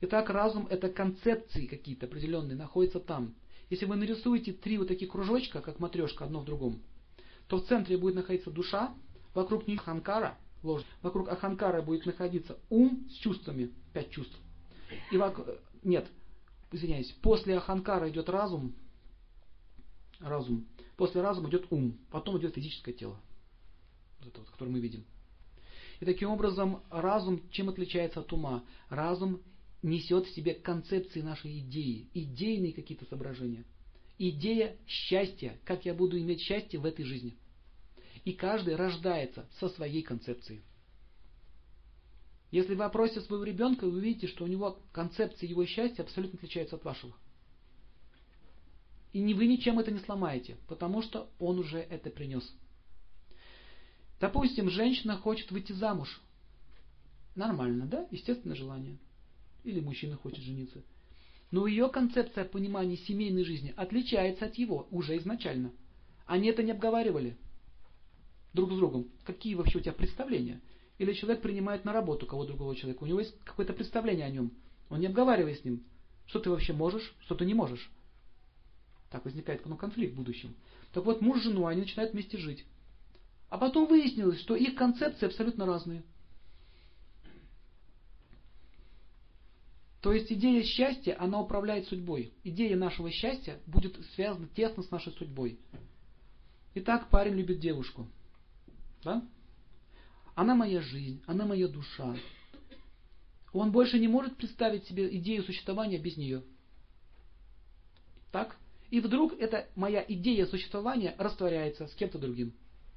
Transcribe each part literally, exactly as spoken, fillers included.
Итак, разум — это концепции какие-то определенные, находятся там. Если вы нарисуете три вот таких кружочка, как матрешка, одно в другом, то в центре будет находиться душа, вокруг них аханкара, ложь, вокруг аханкара будет находиться ум с чувствами, пять чувств. И вокруг, нет, извиняюсь, после аханкара идет разум, разум, после разума идет ум, потом идет физическое тело, вот это вот, которое мы видим. И таким образом разум чем отличается от ума? Разум несет в себе концепции нашей идеи, идейные какие-то соображения. Идея счастья, как я буду иметь счастье в этой жизни. И каждый рождается со своей концепцией. Если вы опросите своего ребенка, вы увидите, что у него концепция его счастья абсолютно отличается от вашего. И ни вы ничем это не сломаете, потому что он уже это принес. Допустим, женщина хочет выйти замуж. Нормально, да? Естественное желание. Или мужчина хочет жениться. Но ее концепция понимания семейной жизни отличается от его уже изначально. Они это не обговаривали друг с другом. Какие вообще у тебя представления? Или человек принимает на работу кого другого человека. У него есть какое-то представление о нем. Он не обговаривает с ним, что ты вообще можешь, что ты не можешь. Так возникает ну, конфликт в будущем. Так вот, муж с женой, они начинают вместе жить. А потом выяснилось, что их концепции абсолютно разные. То есть идея счастья, она управляет судьбой. Идея нашего счастья будет связана тесно с нашей судьбой. Итак, парень любит девушку. Да? Она моя жизнь, она моя душа. Он больше не может представить себе идею существования без нее. Так? И вдруг эта моя идея существования растворяется с кем-то другим.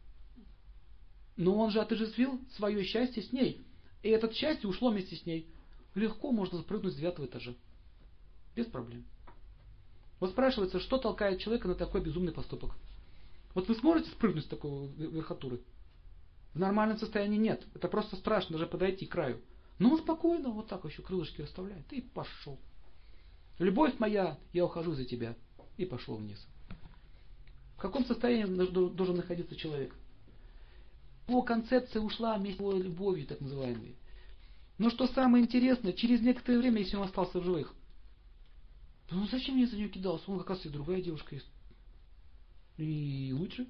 Но он же отождествил свое счастье с ней. И это счастье ушло вместе с ней. Легко можно запрыгнуть с девятого этажа. Без проблем. Вот спрашивается, что толкает человека на такой безумный поступок. Вот вы сможете спрыгнуть с такой верхотуры? В нормальном состоянии нет. Это просто страшно даже подойти к краю. Но он спокойно вот так еще крылышки расставляет. И пошел. Любовь моя, я ухожу за тебя. И пошел вниз. В каком состоянии должен находиться человек? Его концепция ушла вместе с его любовью, так называемой. Но что самое интересное, через некоторое время, если он остался в живых, ну зачем я за нее кидался? Он, оказывается, и другая девушка есть. И лучше.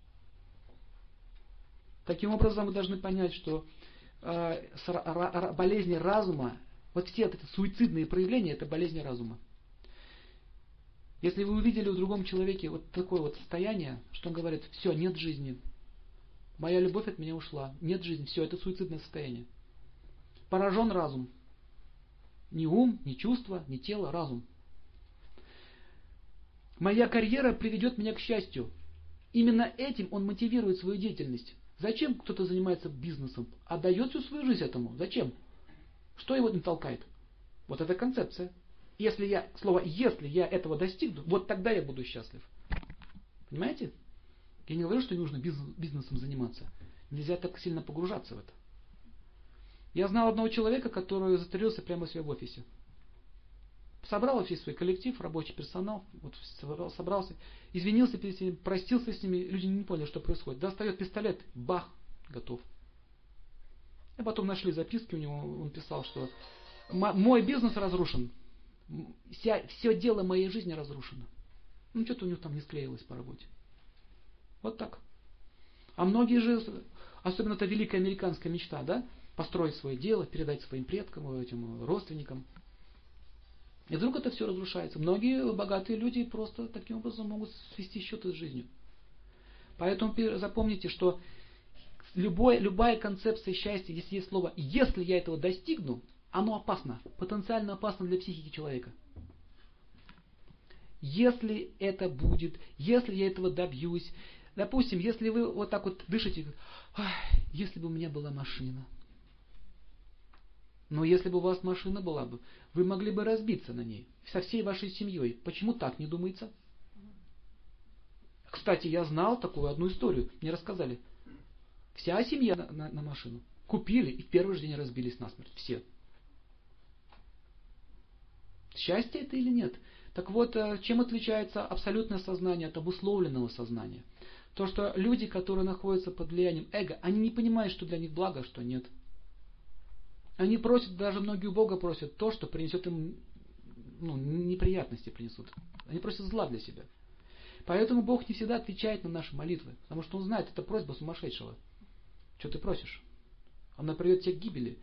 Таким образом, мы должны понять, что э, болезни разума, вот все эти суицидные проявления, это болезни разума. Если вы увидели в другом человеке вот такое вот состояние, что он говорит, все, нет жизни, моя любовь от меня ушла, нет жизни, все, это суицидное состояние. Поражен разум. Ни ум, ни чувство, ни тело, разум. Моя карьера приведет меня к счастью. Именно этим он мотивирует свою деятельность. Зачем кто-то занимается бизнесом? Отдает всю свою жизнь этому. Зачем? Что его не толкает? Вот эта концепция. Если я, слово «если я этого достигну», вот тогда я буду счастлив. Понимаете? Я не говорю, что не нужно бизнесом заниматься. Нельзя так сильно погружаться в это. Я знал одного человека, который застрелился прямо у себя в офисе. Собрал весь свой коллектив, рабочий персонал, вот собрался, извинился перед ними, простился с ними, люди не поняли, что происходит. Достает пистолет, бах, готов. И потом нашли записки у него, он писал, что мой бизнес разрушен, вся, все дело моей жизни разрушено. Ну, что-то у него там не склеилось по работе. Вот так. А многие же, особенно это великая американская мечта, да, построить свое дело, передать своим предкам, этим родственникам. И вдруг это все разрушается. Многие богатые люди просто таким образом могут свести счеты с жизнью. Поэтому запомните, что любой, любая концепция счастья, если есть слово «если я этого достигну», оно опасно, потенциально опасно для психики человека. Если это будет, если я этого добьюсь, допустим, если вы вот так вот дышите, если бы у меня была машина. Но если бы у вас машина была бы, вы могли бы разбиться на ней со всей вашей семьей. Почему так не думается? Кстати, я знал такую одну историю. Мне рассказали. Вся семья на, на, на машину. Купили и в первый же день разбились насмерть. Все. Счастье это или нет? Так вот, чем отличается абсолютное сознание от обусловленного сознания? То, что люди, которые находятся под влиянием эго, они не понимают, что для них благо, а что нет. Они просят, даже многие у Бога просят то, что принесет им, ну, неприятности принесут. Они просят зла для себя. Поэтому Бог не всегда отвечает на наши молитвы, потому что Он знает, это просьба сумасшедшего. Что ты просишь? Она приведет тебя к гибели.